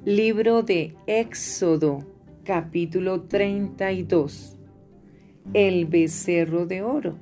Libro de Éxodo, capítulo 32. El becerro de oro.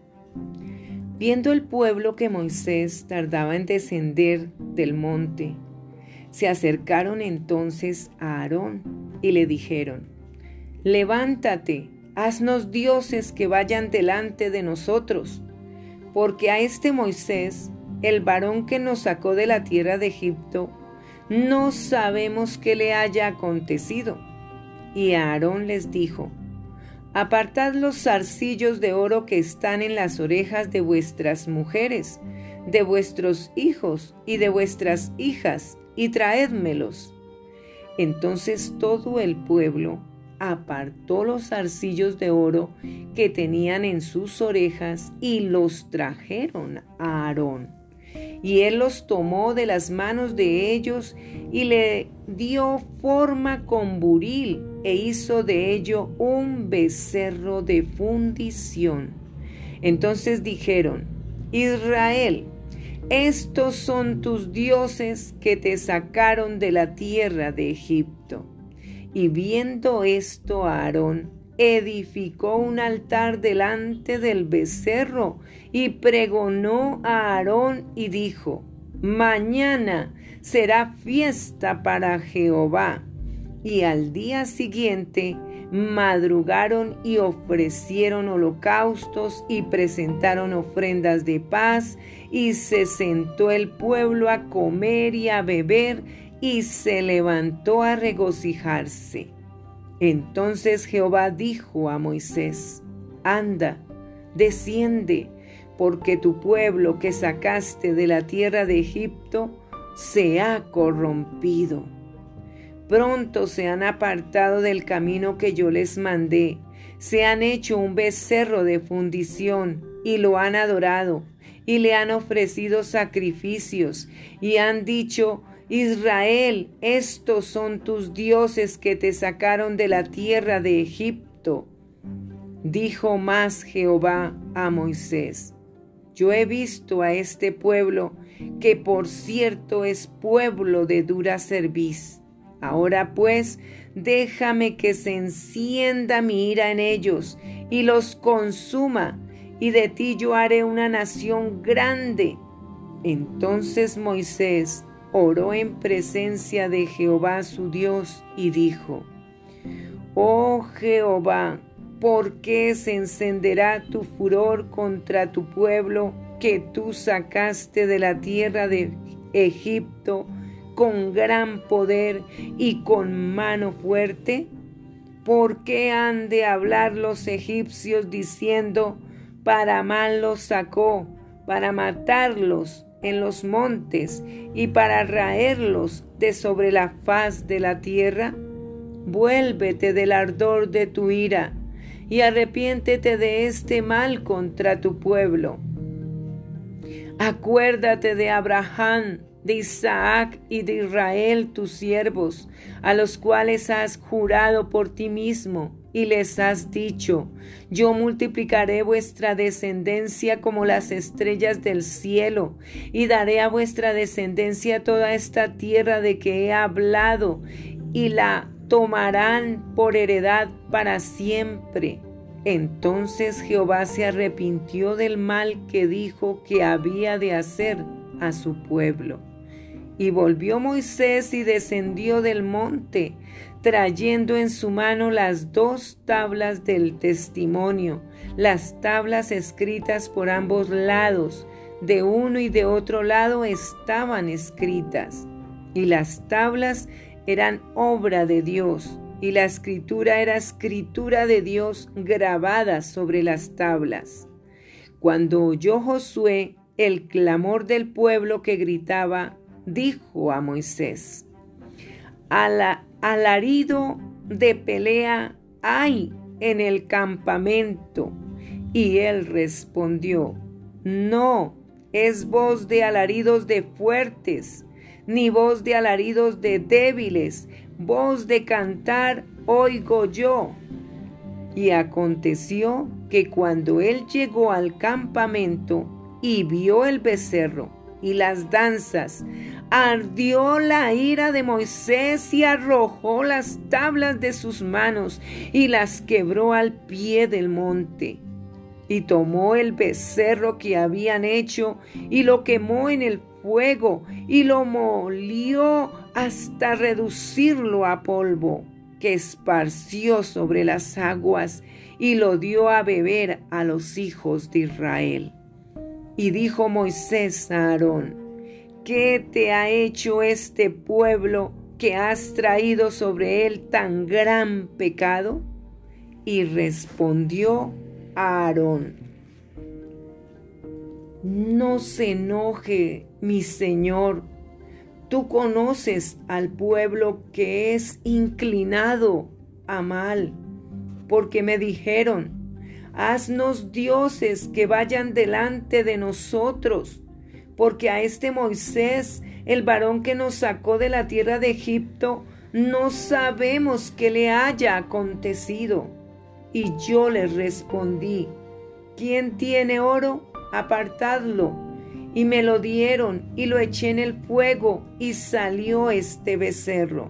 Viendo el pueblo que Moisés tardaba en descender del monte, se acercaron entonces a Aarón y le dijeron: «Levántate, haznos dioses que vayan delante de nosotros, porque a este Moisés, el varón que nos sacó de la tierra de Egipto, no sabemos qué le haya acontecido». Y Aarón les dijo: «Apartad los zarcillos de oro que están en las orejas de vuestras mujeres, de vuestros hijos y de vuestras hijas, y traédmelos». Entonces todo el pueblo apartó los zarcillos de oro que tenían en sus orejas y los trajeron a Aarón. Y él los tomó de las manos de ellos y le dio forma con buril e hizo de ello un becerro de fundición. Entonces dijeron: «Israel, estos son tus dioses que te sacaron de la tierra de Egipto». Y viendo esto, Aarón edificó un altar delante del becerro y pregonó a Aarón y dijo: «Mañana será fiesta para Jehová». Y al día siguiente madrugaron y ofrecieron holocaustos y presentaron ofrendas de paz, y se sentó el pueblo a comer y a beber, y se levantó a regocijarse. Entonces Jehová dijo a Moisés: «Anda, desciende, porque tu pueblo que sacaste de la tierra de Egipto se ha corrompido. Pronto se han apartado del camino que yo les mandé, se han hecho un becerro de fundición y lo han adorado, y le han ofrecido sacrificios, y han dicho: Israel, estos son tus dioses que te sacaron de la tierra de Egipto». Dijo más Jehová a Moisés: «Yo he visto a este pueblo, que por cierto es pueblo de dura cerviz. Ahora pues, déjame que se encienda mi ira en ellos y los consuma, y de ti yo haré una nación grande». Entonces Moisés oró en presencia de Jehová su Dios y dijo: «Oh Jehová, ¿por qué se encenderá tu furor contra tu pueblo que tú sacaste de la tierra de Egipto con gran poder y con mano fuerte? ¿Por qué han de hablar los egipcios diciendo: para mal los sacó, para matarlos en los montes y para raerlos de sobre la faz de la tierra? Vuélvete del ardor de tu ira y arrepiéntete de este mal contra tu pueblo. Acuérdate de Abraham, de Isaac y de Israel tus siervos, a los cuales has jurado por ti mismo, y les has dicho: yo multiplicaré vuestra descendencia como las estrellas del cielo, y daré a vuestra descendencia toda esta tierra de que he hablado, y la tomarán por heredad para siempre». Entonces Jehová se arrepintió del mal que dijo que había de hacer a su pueblo. Y volvió Moisés y descendió del monte, trayendo en su mano las 2 tablas del testimonio, las tablas escritas por ambos lados, de uno y de otro lado estaban escritas. Y las tablas eran obra de Dios, y la escritura era escritura de Dios grabada sobre las tablas. Cuando oyó Josué el clamor del pueblo que gritaba, dijo a Moisés: «Alarido de pelea hay en el campamento». Y él respondió: «No es voz de alaridos de fuertes, ni voz de alaridos de débiles, voz de cantar oigo yo». Y aconteció que cuando él llegó al campamento y vio el becerro y las danzas, ardió la ira de Moisés y arrojó las tablas de sus manos y las quebró al pie del monte. Y tomó el becerro que habían hecho y lo quemó en el fuego y lo molió hasta reducirlo a polvo, que esparció sobre las aguas y lo dio a beber a los hijos de Israel. Y dijo Moisés a Aarón: ¿qué te ha hecho este pueblo que has traído sobre él tan gran pecado? Y respondió Aarón: no se enoje, mi señor. Tú conoces al pueblo que es inclinado a mal, porque me dijeron: haznos dioses que vayan delante de nosotros, porque a este Moisés, el varón que nos sacó de la tierra de Egipto, no sabemos qué le haya acontecido. Y yo les respondí: ¿quién tiene oro? Apartadlo. Y me lo dieron, y lo eché en el fuego, y salió este becerro.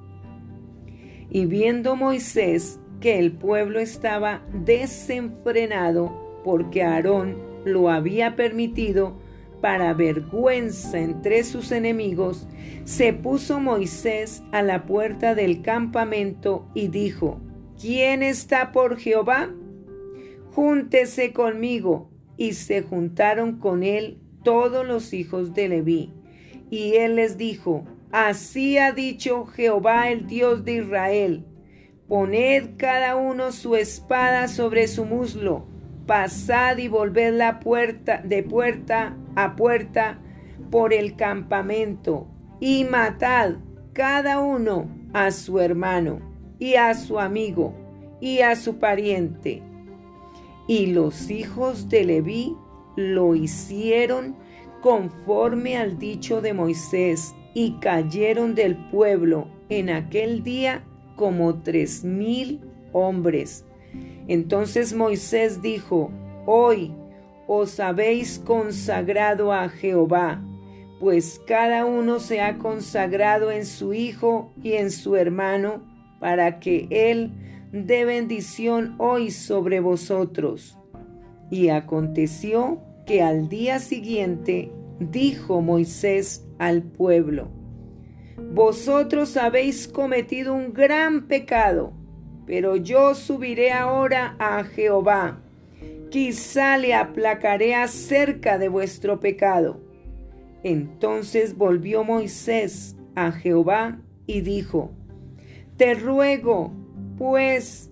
Y viendo Moisés que el pueblo estaba desenfrenado, porque Aarón lo había permitido para vergüenza entre sus enemigos, se puso Moisés a la puerta del campamento y dijo: ¿quién está por Jehová? Júntese conmigo. Y se juntaron con él todos los hijos de Leví. Y él les dijo: así ha dicho Jehová, el Dios de Israel: poned cada uno su espada sobre su muslo, pasad y volved la puerta de puerta a puerta por el campamento, y matad cada uno a su hermano, y a su amigo, y a su pariente. Y los hijos de Leví lo hicieron conforme al dicho de Moisés, y cayeron del pueblo en aquel día como 3,000 hombres. Entonces Moisés dijo: hoy os habéis consagrado a Jehová, pues cada uno se ha consagrado en su hijo y en su hermano, para que él dé bendición hoy sobre vosotros. Y aconteció que al día siguiente dijo Moisés al pueblo: vosotros habéis cometido un gran pecado, pero yo subiré ahora a Jehová. Quizá le aplacaré acerca de vuestro pecado. Entonces volvió Moisés a Jehová y dijo: te ruego, pues,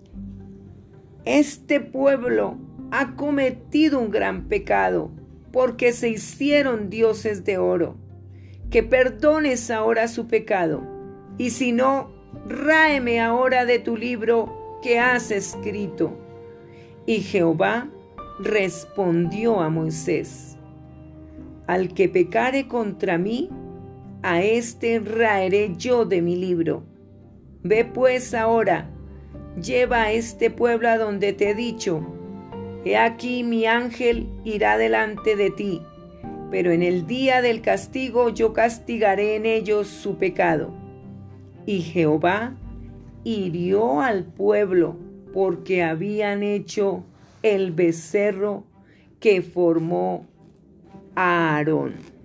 este pueblo ha cometido un gran pecado, porque se hicieron dioses de oro, que perdones ahora su pecado, y si no, ráeme ahora de tu libro que has escrito. Y Jehová respondió a Moisés: al que pecare contra mí, a éste raeré yo de mi libro. Ve pues ahora, lleva a este pueblo a donde te he dicho. He aquí mi ángel irá delante de ti, pero en el día del castigo yo castigaré en ellos su pecado. Y Jehová hirió al pueblo porque habían hecho el becerro que formó a Aarón.